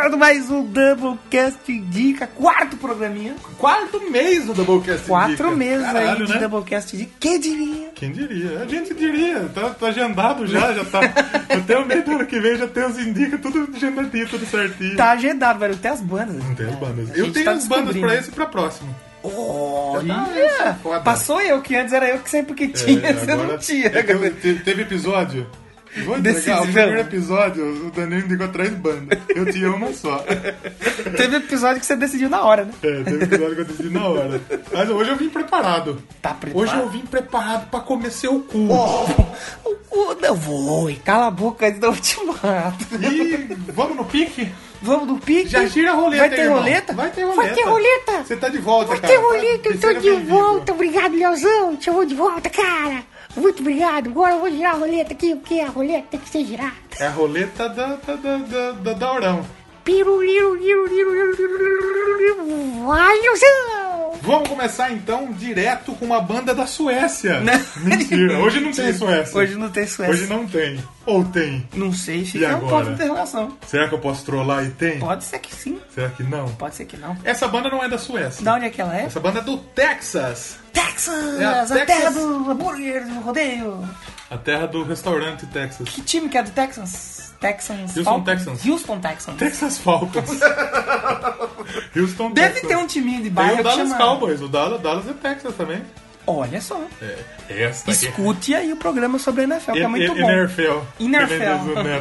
começando mais um Doublecast Indica, quarto programinha. Quarto mês do Doublecast Indica. 4 meses. Caralho, aí de, né? Doublecast Indica. Quem diria? Quem diria? A gente diria. Tá agendado já tá. Até o meio do ano que vem já tem os Indica, tudo agendadinho, tudo certinho. Tá agendado, velho. Tem as bandas. Não tem as bandas. Eu tenho as bandas pra esse e pra próximo. Olha! Passou eu, que antes era eu que sempre que tinha, você não tinha. Teve episódio... Vou entregar, o primeiro episódio, o Danilo indicou 3 bandas. Eu tinha uma só. Teve episódio que você decidiu na hora, né? Teve episódio que eu decidi na hora. Mas hoje eu vim preparado. Tá preparado? Hoje eu vim preparado pra comer seu cu. O cu não vou. Cala a boca antes da ultimato. E vamos no pique? Vamos no pique? Já gira a roleta. Vai ter roleta? Vai ter roleta. Vai ter roleta. Você tá de volta, cara. Vai ter roleta, eu tô de volta. Obrigado, Leozão. Te chamou de volta, cara. Muito obrigado. Agora eu vou girar a roleta aqui, porque a roleta tem que ser girada. É a roleta da Orão. Vai, Leozão. Vamos começar então direto com uma banda da Suécia. Mentira, hoje não tem Suécia. Hoje não tem Suécia. Hoje não tem. Ou tem? Não sei, fica um ponto de interrogação. Será que eu posso trollar e tem? Pode ser que sim. Será que não? Pode ser que não. Essa banda não é da Suécia. Da onde é que ela é? Essa banda é do Texas. Texas! A terra do hambúrguer, do rodeio. A terra do restaurante Texas. Que time que é do Texas? Houston Texans. Houston Texans. Texas Falcons. Houston Deve Texans. ter um time de bairro. Tem o Dallas chama... Cowboys. O Dallas é Texas também. Olha só. Escute aí o programa sobre a NFL, que é muito bom. NFL.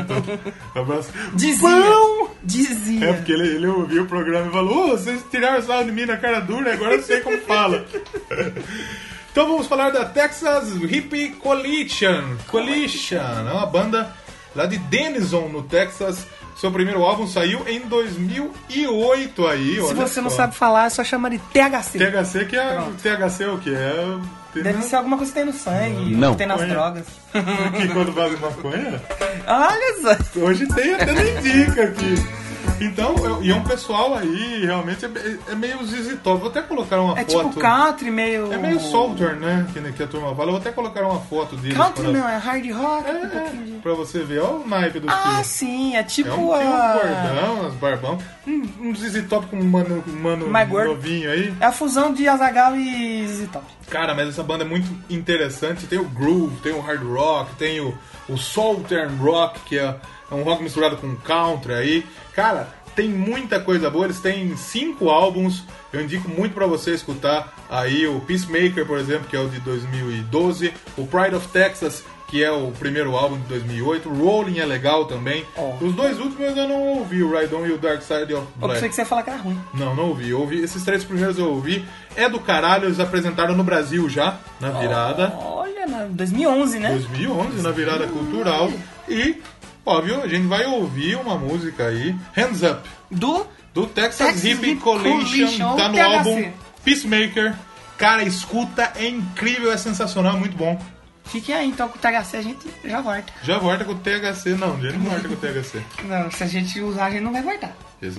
Dizia. É porque ele ouviu o programa e falou: vocês tiraram o sal de mim na cara dura, agora eu sei como fala. Então vamos falar da Texas Hippie Coalition. É uma banda lá de Denison, no Texas. Seu primeiro álbum saiu em 2008 aí. Se você não sabe falar, é só chamar de THC. THC, que é... Pronto. THC é o que? Deve ser alguma coisa que tem no sangue, que tem nas drogas. Que quando fazem maconha? Olha só. Hoje tem até nem dica aqui. Então, e é um pessoal aí, realmente, é meio ZZ Top. Vou até colocar uma foto. É tipo country, meio... É meio Southern, né? Que a turma fala. Eu vou até colocar uma foto deles. Country não, é hard rock. Um pouquinho de... Pra você ver, olha o naipe do filme. Sim, é tipo um gordão, uns barbão. Um ZZ Top com um mano novinho aí. É a fusão de Azaghal e ZZ Top. Cara, mas essa banda é muito interessante. Tem o groove, tem o hard rock, tem o Southern rock, que é um rock misturado com country aí. Cara, tem muita coisa boa. Eles têm 5 álbuns. Eu indico muito pra você escutar aí o Peacemaker, por exemplo, que é o de 2012. O Pride of Texas, que é o primeiro álbum de 2008. O Rolling é legal também. Os 2 últimos eu não ouvi, o Ride On e o Dark Side of Black. Eu pensei que você ia falar que era ruim. Não ouvi. Esses 3 primeiros eu ouvi. É do caralho, eles apresentaram no Brasil já, na virada. Olha, 2011, né? 2011, na virada cultural. E... óbvio, a gente vai ouvir uma música aí, Hands Up, do Texas Hippie Coalition, tá no álbum Peacemaker. Cara, escuta, é incrível, é sensacional, é muito bom. Fique aí, então com o THC a gente já volta. Já volta com o THC, não, a gente não volta com o THC. Não, se a gente usar, a gente não vai voltar.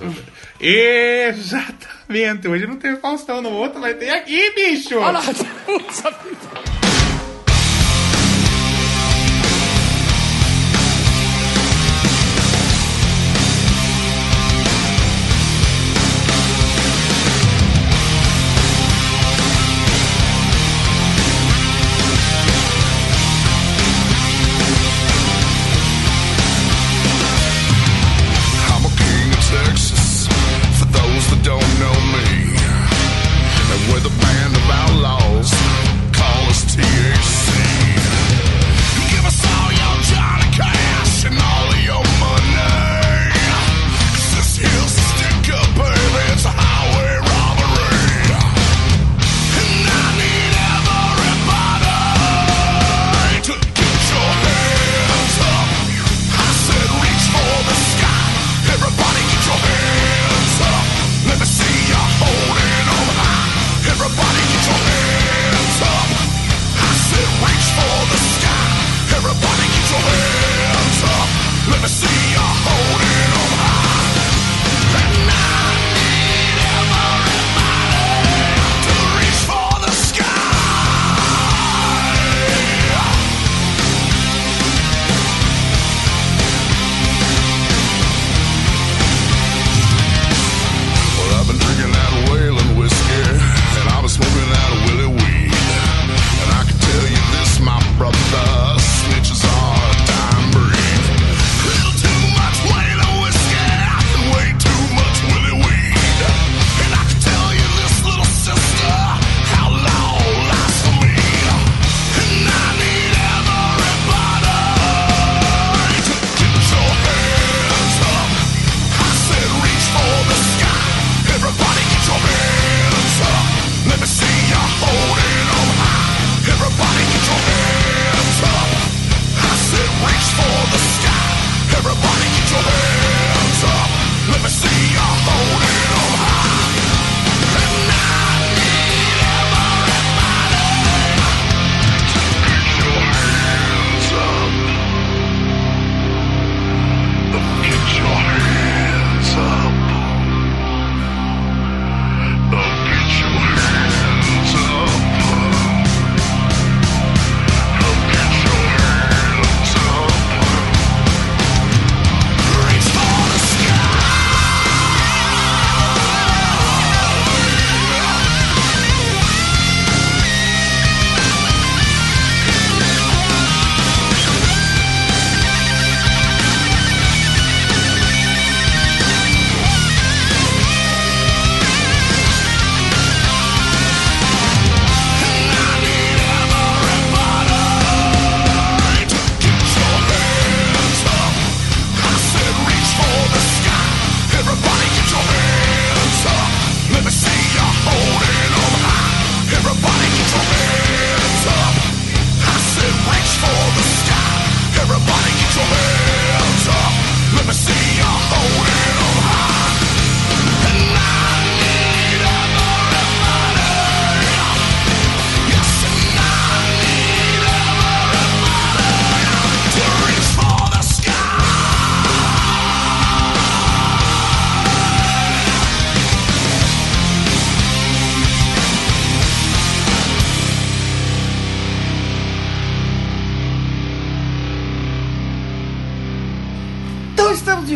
Exatamente, hoje não tem Faustão, no outro vai ter aqui, bicho! Olha lá. Don't know me, and with a band of outlaws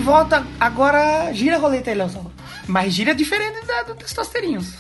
volta, agora gira a roleta aí, Leozão. Mas gira diferente do Testosterinhos.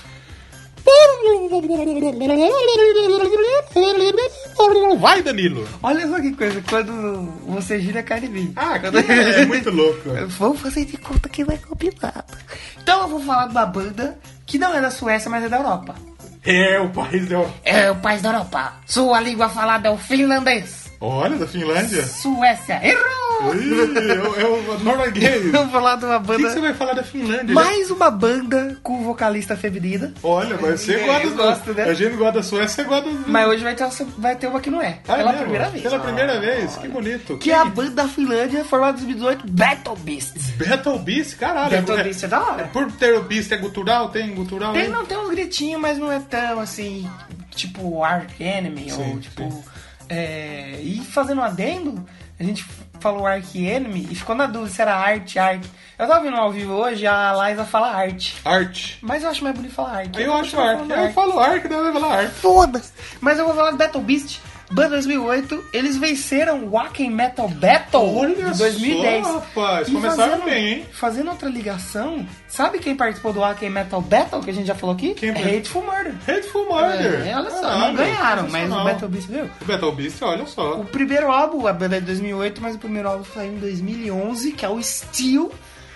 Vai, Danilo! Olha só que coisa, quando você gira a carne viva. É muito louco. Vamos fazer de conta que vai combinar. Então eu vou falar de uma banda que não é da Suécia, mas é da Europa. É o país da Europa. É o país da Europa. Sua língua falada é o finlandês. Olha, da Finlândia. Suécia. Errou! É o norueguês. Vou falar de uma O que banda... você vai falar da Finlândia? Mais uma banda com vocalista feminina. Olha, mas você gosta. Eu gosto, né? A gente gosta da Suécia, você gosta do... Mas hoje vai ter uma que não é. Pela mesmo? primeira vez. Pela primeira vez? Que bonito. Que é a banda da Finlândia, formada em 2018, Battle Beasts. Battle Beast? Caralho. Battle Beasts é da hora. Por ter o Beast é gutural? Tem gutural? Tem, hein? não, tem uns gritinhos, mas não é tão assim, tipo Arch Enemy, Sim, ou tipo... e fazendo um adendo, a gente falou Arch Enemy e ficou na dúvida se era Arch. Eu tava vendo ao vivo hoje, a Liza fala Art. Arte. Mas eu acho mais bonito falar Arch. Eu acho Arc. Eu falo Arc, daí vai falar Arc. Foda-se. Mas eu vou falar de Battle Beast. Banda 2008, eles venceram o Wacken Metal Battle Olha de 2010. só, rapaz, E começaram bem, hein? Fazendo outra ligação, sabe quem participou do Wacken Metal Battle, que a gente já falou aqui? Quem É foi? Hateful Murder. Hateful Murder. Olha só, Caralho, não ganharam, mas o sensacional. Battle Beast viu? O Battle Beast, olha só. O primeiro álbum, a banda é de 2008, mas o primeiro álbum saiu em 2011, que é o Steel.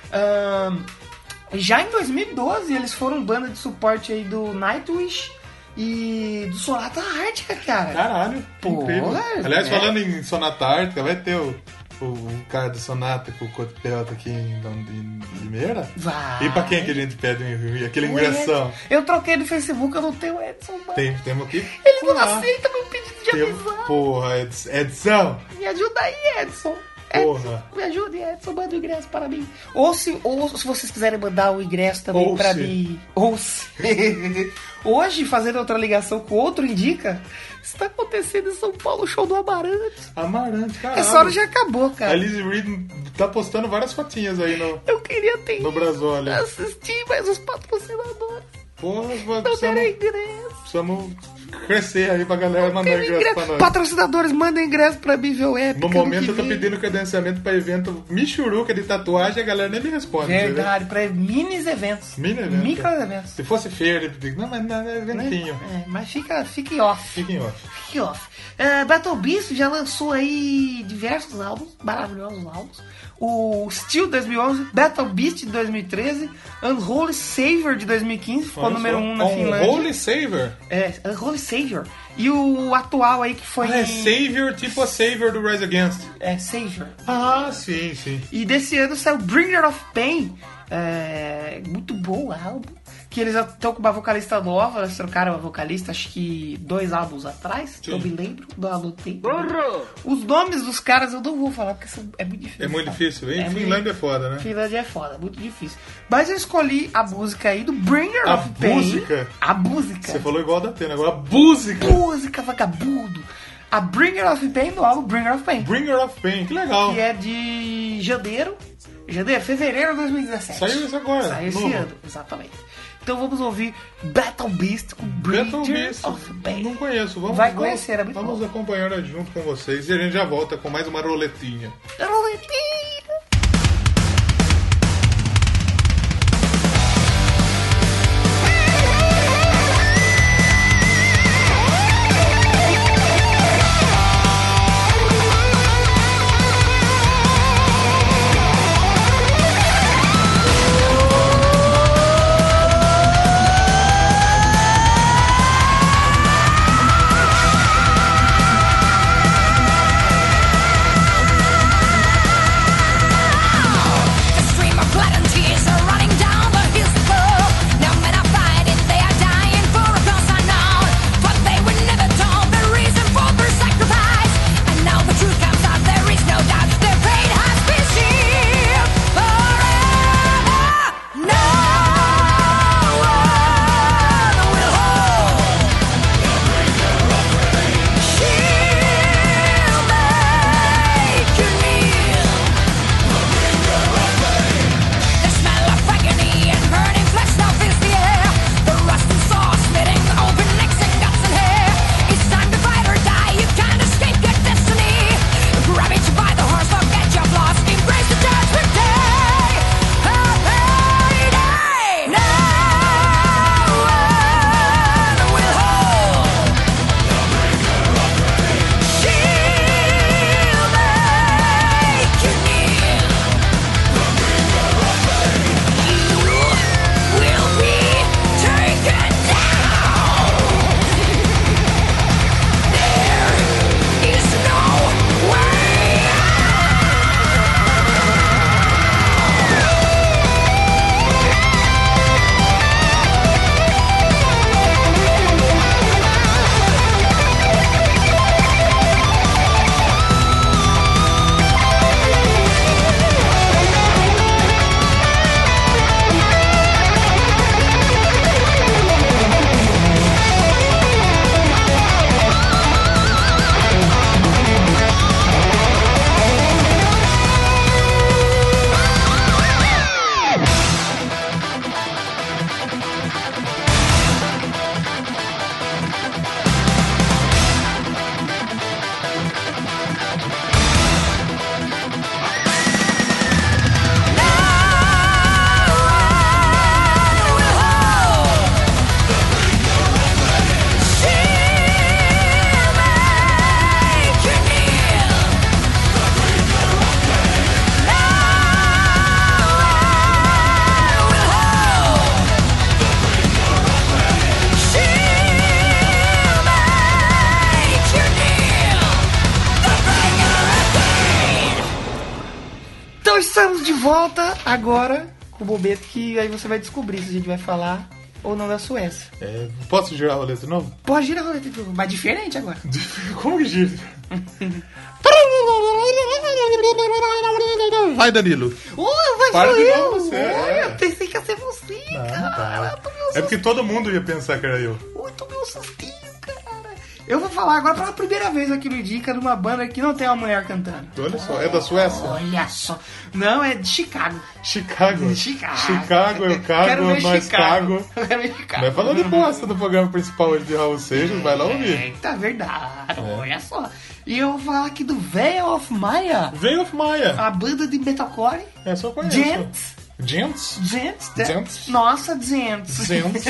Já em 2012, eles foram banda de suporte aí do Nightwish e do Sonata Ártica, cara. Caralho, que Pô, incrível. Aliás, é. falando em Sonata Ártica, vai ter o cara do Sonata com o Cotepelta aqui em Limeira? Vai. E pra quem que a gente pede aquele ingressão? Eu troquei no Facebook, eu não tenho o Edson, mano. Temos aqui. Ele não aceita meu pedido de amizade. Porra, Edição. Me ajuda aí, Edson. Porra. Me ajude, Edson, manda o ingresso para mim. Ou se vocês quiserem mandar o ingresso também Ou para se. mim. Ou se. Hoje, fazendo outra ligação com outro indica, está acontecendo em São Paulo o show do Amarante. Amarante, caralho. Essa hora já acabou, cara. A Lizzie Reed tá postando várias fotinhas aí no Eu queria ter No Brasólia. assistir, mas os patrocinadores Porra, não deram ingresso. precisamos crescer aí pra galera mandar ingresso pra nós. Patrocinadores, mandem ingresso pra mim ver o épico. No momento eu tô pedindo credenciamento pra evento Michuruca de tatuagem e a galera nem me responde. Verdade, pra minis eventos. Mini evento. Micro eventos. Se fosse feira, ele diz, não, mas não é eventinho. Mas fique off. Fiquem off. Fique off. Battle Beast já lançou aí diversos álbuns, maravilhosos álbuns. O Steel 2011, Battle Beast de 2013, Unholy Savior de 2015, ficou Olha número só. 1 na Finlândia. Holy Savior. Unholy Savior. E o atual aí que foi... É Savior, tipo a Savior do Rise Against. Savior. Ah, sim, sim. E desse ano saiu Bringer of Pain. Muito bom o álbum. Que eles estão com uma vocalista nova. Eles trocaram a vocalista, acho que 2 álbuns atrás. Sim. Eu me lembro. Não anotei. Os nomes dos caras eu não vou falar porque é muito difícil. É muito sabe? difícil, hein? muito- Finlândia é foda, né? Finlândia é foda, muito difícil. Mas eu escolhi a música aí do Bringer A of Pain. música? A música. Você falou igual da Atena, agora música. Música, vagabundo. A Bringer of Pain do álbum Bringer of Pain. Bringer of Pain, que legal. Que é de fevereiro de 2017. Saiu isso agora, Saiu esse novo. ano, exatamente. Então vamos ouvir Battle Beast com Battle Bringer Beast, of Pain. não conheço. Vai conhecer, é muito Vamos bom. acompanhar junto com vocês e a gente já volta com mais uma roletinha. Roletinha. gente volta agora com o Bobeto, que aí você vai descobrir se a gente vai falar ou não da Suécia. Posso girar a roleta de novo? Pode girar a roleta de novo, mas diferente agora. Como que gira? Vai, Danilo. Vai Para sou de eu. novo você. Eu pensei que ia ser você, cara. É porque todo mundo ia pensar que era eu. Ui, tomei um sustinho, cara. Eu vou falar agora pela primeira vez aqui no Dica de uma banda que não tem uma mulher cantando. Olha só, é da Suécia? Olha só. Não, é de Chicago. Chicago. Chicago, eu cago, Quero ver nós Chicago. cago. Eu quero ver Chicago. Vai falando de bosta do programa principal hoje de Raul Seixas, vai lá ouvir. Eita, verdade. Olha só. E eu vou falar aqui do Veil of Maya. Veil of Maya. A banda de metalcore. Essa eu conheço. Gents. Gents? Nossa, Gents. Gents.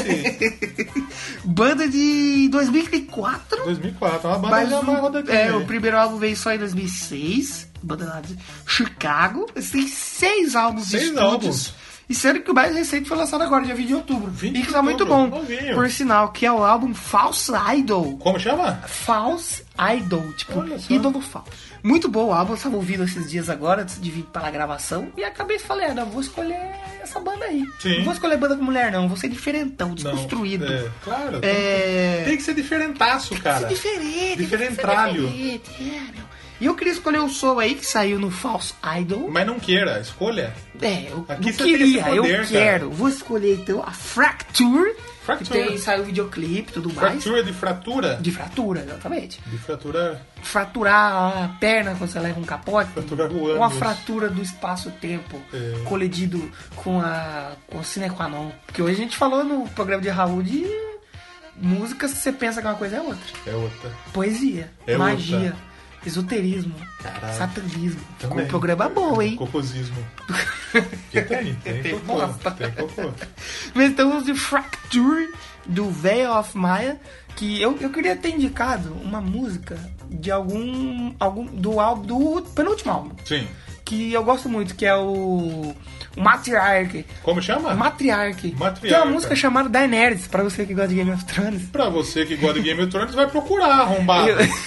Banda de 2004. 2004, uma banda Mas já mais rodadinha. o primeiro álbum veio só em 2006. Banda lá de Chicago. Eles têm 6 álbuns de 6 estúdios. álbuns. E sendo que o mais recente foi lançado agora, dia 20 de outubro. 20 e que de tá muito outubro, bom. novinho. Por sinal, que é o álbum False Idol. Como chama? False Idol, tipo, Olha só. ídolo falso. Muito bom o álbum, eu estava ouvindo esses dias agora, antes de vir para a gravação, e acabei falei, eu vou escolher essa banda aí. Sim. Não vou escolher banda com mulher, não, vou ser diferentão, desconstruído. Claro. É... Tem que ser diferentaço, cara. Tem que ser diferente. Diferentralho. Meu. E eu queria escolher um som aí que saiu no False Idol. Mas não queira, escolha. Eu Aqui não você tem queria, esse poder, eu quero. Vou escolher então a Fracture. Fracture. Que saiu o videoclipe e tudo mais. Fractura de fratura. De fratura, exatamente. De fratura. Fraturar a perna quando você leva um capote. Fraturar o ânus. Uma fratura do espaço-tempo colidido com o sine qua non. Porque hoje a gente falou no programa de Raul de músicas que você pensa que uma coisa é outra. É outra. Poesia, É magia, outra. esoterismo, Caralho. satanismo. Ficou Também. um programa bom, hein? Cocosismo. Que tem cocô. bosta. Tem cocô. Mas estamos de Fracture do Veil of Maya, que eu queria ter indicado uma música de algum do álbum, do penúltimo álbum, Sim. que eu gosto muito, que é o Matriarch. Como chama? Matriarch. Matriarca. Tem uma música chamada Daenerys, pra você que gosta de Game of Thrones. Pra você que gosta de Game of Thrones, vai procurar, arrombado.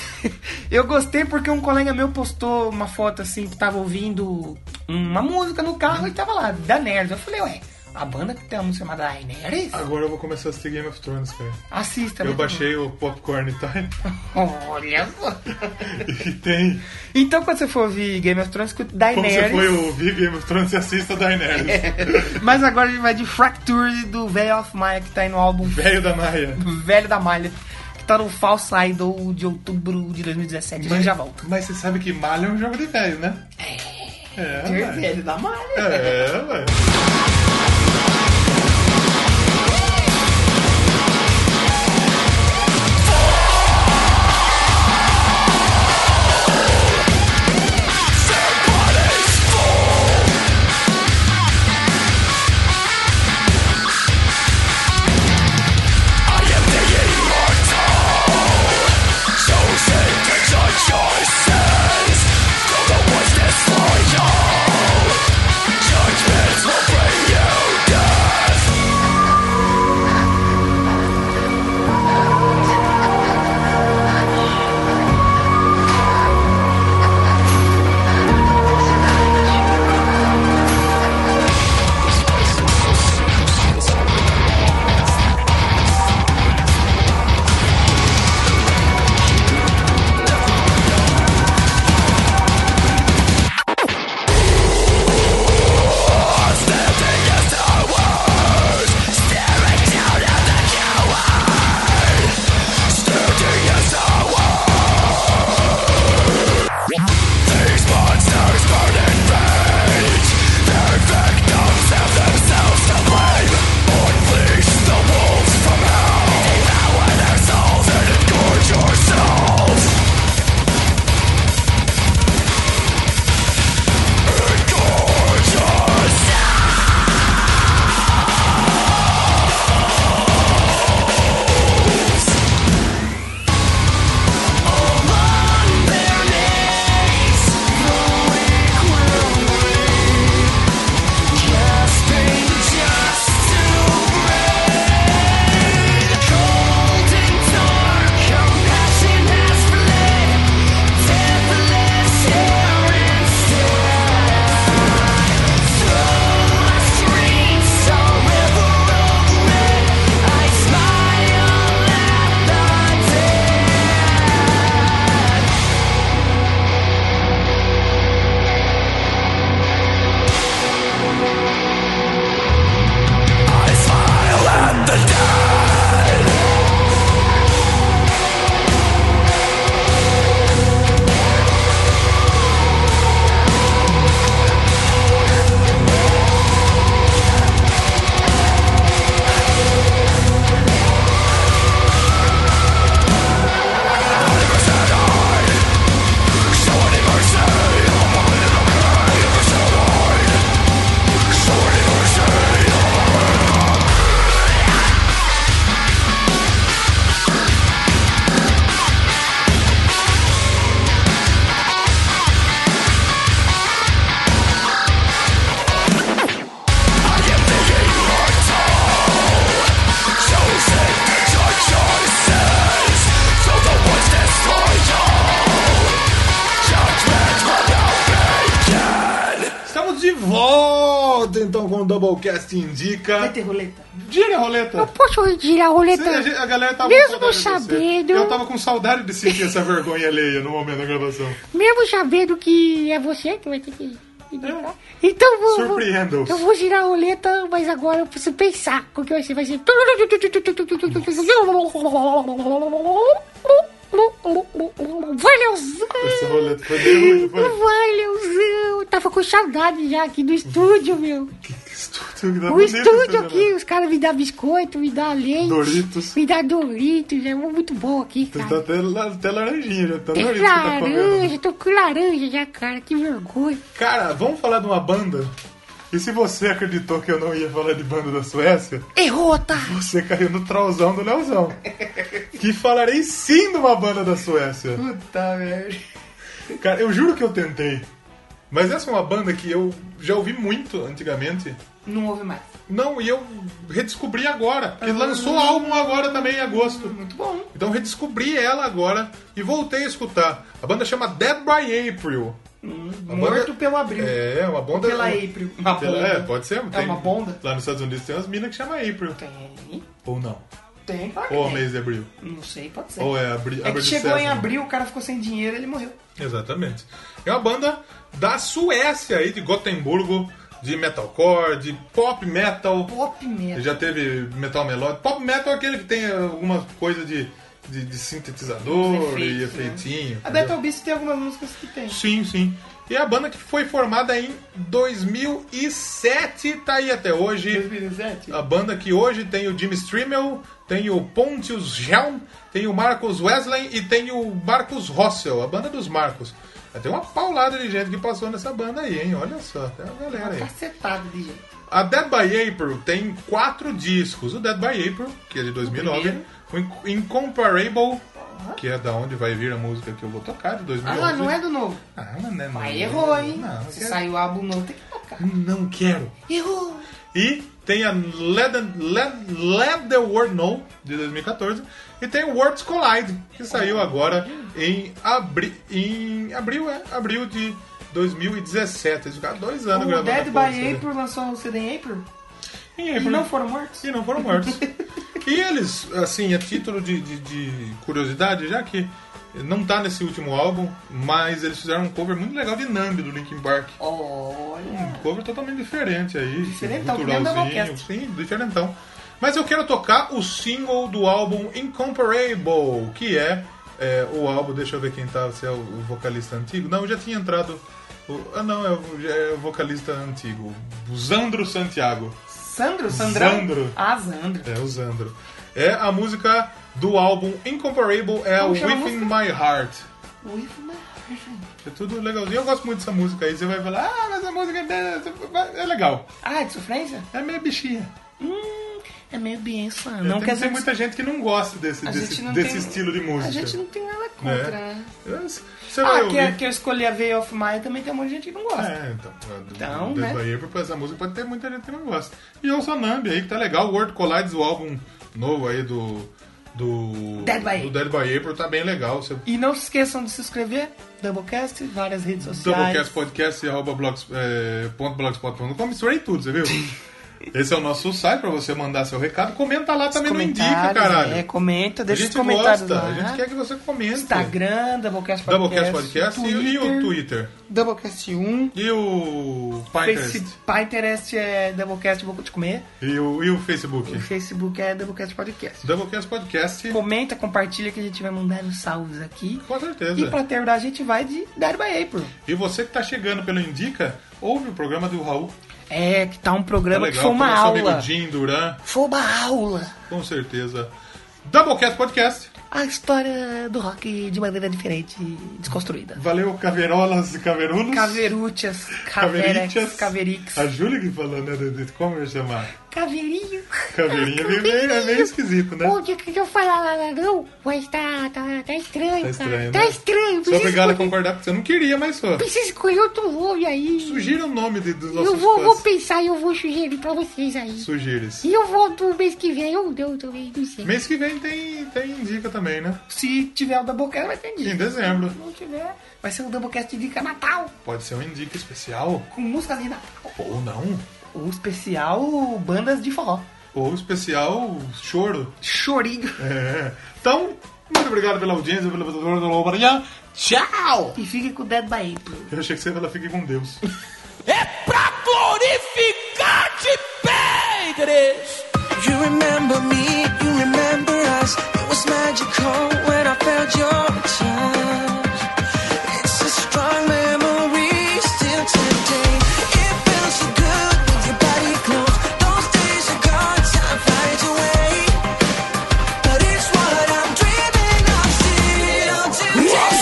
Eu gostei porque um colega meu postou uma foto assim, que tava ouvindo uma música no carro e tava lá, Daenerys. Eu falei, ué, a banda que tem uma música chamada Daenerys? Agora eu vou começar a assistir Game of Thrones, cara. Assista. Eu muito baixei o Popcorn Time bom. Olha só. e tem. Então, quando você for ouvir Game of Thrones, escute Como Daenerys. você foi ouvir Game of Thrones, você assista Daenerys. Mas agora a gente vai de Fracture do Veil of Maya, que tá aí no álbum Velho da Maia. Velho da Malha, que tá no False Idol de outubro de 2017. A gente já volta. Mas você sabe que Malha é um jogo de velho, né? Velho da Malha. Ué. Choices, through the voiceless for you. Judgments will volta então com o Doublecast Vai Indica. ter roleta? Gira a roleta. Eu posso girar a roleta? A galera tava Mesmo com saudade de você. sabendo- Eu tava com saudade de sentir essa vergonha alheia no momento da gravação. Mesmo sabendo que é você que vai ter que indicar. Então vou. Surpreenda-os. Eu vou girar a roleta, mas agora eu preciso pensar. O que vai ser? Vai ser. Vai, Leozão! Essa roleta foi bem ruim, não foi? Vai, Leozão! Tava com saudade já aqui do estúdio, meu. Que estúdio, que O estúdio aqui, os caras me dão biscoito, me dão leite. Doritos. Me dão Doritos, é muito bom aqui, Tá cara. até laranjinha, já tá Tem Doritos que tá comendo. laranja, tô com laranja já, cara, que vergonha. Cara, vamos falar de uma banda? E se você acreditou que eu não ia falar de banda da Suécia, Errou, tá? você caiu no trauzão do Leozão. Que falarei sim de uma banda da Suécia. Puta merda. Cara, eu juro que eu tentei. Mas essa é uma banda que eu já ouvi muito antigamente. Não houve mais. Não, e eu redescobri agora. Porque lançou álbum agora também em agosto. Muito bom. Então redescobri ela agora e voltei a escutar. A banda chama Dead by April. Morto pelo abril. É, uma banda. Pela April. Uma bonda. É, pode ser. É uma bonda? Lá nos Estados Unidos tem umas minas que chamam April. Tem. Ou não. Tem, claro que Ou é o tem. mês de abril. Não sei, pode ser. Ou é abril. É que chegou em abril, o cara ficou sem dinheiro e ele morreu. Exatamente. É uma banda da Suécia aí, de Gotemburgo, de metalcore, de pop metal. Pop metal. Já teve metal melódico. Pop metal é aquele que tem alguma coisa de sintetizador e Efeitos, né? efeitinho. A entendeu? Battle Beast tem algumas músicas que tem. Sim, sim. E é a banda que foi formada em 2007, tá aí até hoje. 2007? A banda que hoje tem o Jimmy Strimmel, tem o Pontius Helm, tem o Marcus Wesley e tem o Marcus Rossel, a banda dos Marcos. Tem uma paulada de gente que passou nessa banda aí, hein? Olha só, tem uma galera aí. Cacetada de gente. A Dead by April tem 4 discos. O Dead by April, que é de 2009. O Incomparable, que é da onde vai vir a música que eu vou tocar, de 2011. Ah, não é do novo. Ah, mas não é Mas novo. errou, hein? Não, Se saiu o álbum novo, tem que tocar. não quero. Errou. E tem a Let the World Know, de 2014. E tem o Worlds Collide, que saiu agora em abril de 2017. Eles ficaram 2 anos O gravando. Dead a porra by desse April lançou o CD em April. CD. E não foram mortos. E não foram mortos. E eles, assim, a título de curiosidade, já que não tá nesse último álbum, mas eles fizeram um cover muito legal de Numb, do Linkin Park. Olha. Um cover totalmente diferente aí. Diferentão, que nem o culturalzinho. Doublecast. Sim, diferentão. Mas eu quero tocar o single do álbum Incomparable, que é o álbum, deixa eu ver quem tá, se é o vocalista antigo. Não, já tinha entrado. Não, é o vocalista antigo. O Zandro Santiago. Sandro? Sandrão? Zandro. Ah, Zandro. É o Zandro. É a música do álbum Incomparable, é o Como chama a Within música? My Heart. Ui, mas- É tudo legalzinho. Eu gosto muito dessa música aí. Você vai falar, mas a música é legal. Ah, é de sofrência? É meio bichinha. É meio benção. Não Não tem, quer tem dizer muita gente que não gosta desse a gente não desse tem- estilo de música. A gente não tem nada contra, né? Você vai Ah, ouvir. que eu escolhi a Veil of Maya também tem um monte de gente que não gosta. Então, Então, Dead né? by April, essa música pode ter muita gente que não gosta. E ouça a Numb aí, que tá legal. O World Collides, o álbum novo aí do Dead by Dead by April, tá bem legal. Você E não se esqueçam de se inscrever, Doublecast, várias redes sociais. Doublecast Podcast, .blogspot.com, misturei tudo, você viu? Esse é o nosso site pra você mandar seu recado. Comenta lá também no Indica, Comentários, caralho. comenta, A deixa os gente comentários gosta, lá. a gente quer que você comente. Instagram, Doublecast Doublecast Podcast, Podcast e o Twitter. Doublecast 1. E o Pinterest. Pinterest é Doublecast Vou Te Comer. E o Facebook. O Facebook é Doublecast Podcast. Doublecast Podcast. Comenta, compartilha que a gente vai mandar uns salves aqui. Com certeza. E pra terminar a gente vai de Dead by April. E você que tá chegando pelo Indica, ouve o programa do Raul. É, que tá um programa Tá que legal, foi uma com nosso aula. amigo Jim Duran, Foi uma aula. com certeza. Doublecast Podcast. A história do rock de maneira diferente e desconstruída. Valeu, caveirolas e caveirulos. Caverútias, Caveritias. caverex, caverix. A Júlia que falou, né, de como eu chamar. Caveirinho. Caveirinha é meio esquisito, né? O dia que eu falar lá, não, mas tá estranho, Tá estranho, cara. né? Tá estranho. Sou Precisa obrigado a escolher, concordar, porque você não queria, mas só. precisa escolher outro nome aí. Sugira o nome dos nossos Eu vou fãs. pensar e eu vou sugerir pra vocês aí. Sugires. E eu volto mês que vem, ou não, também, não sei. Mês que vem tem Indica também, né? Se tiver o Doublecast, vai ter Em dica. dezembro. Se não tiver, vai ser um Doublecast de dica Natal. Pode ser um Indica especial. Com músicas de Natal. Ou não. O especial bandas de forró. Ou especial choro. Chorinho. É. Então, muito obrigado pela audiência, pela apresentação. Tchau! E fique com o Dead by April. Eu achei que você ia falar fique com Deus. É pra glorificar de Pedres. You remember me, you remember us. It was magical when I felt your touch. It's a strong memory still today. It feels so good with your body close. Those days are gone, time flies away. But it's what I'm dreaming of still today.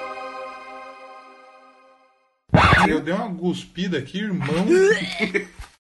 Eu dei uma cuspida aqui, irmão.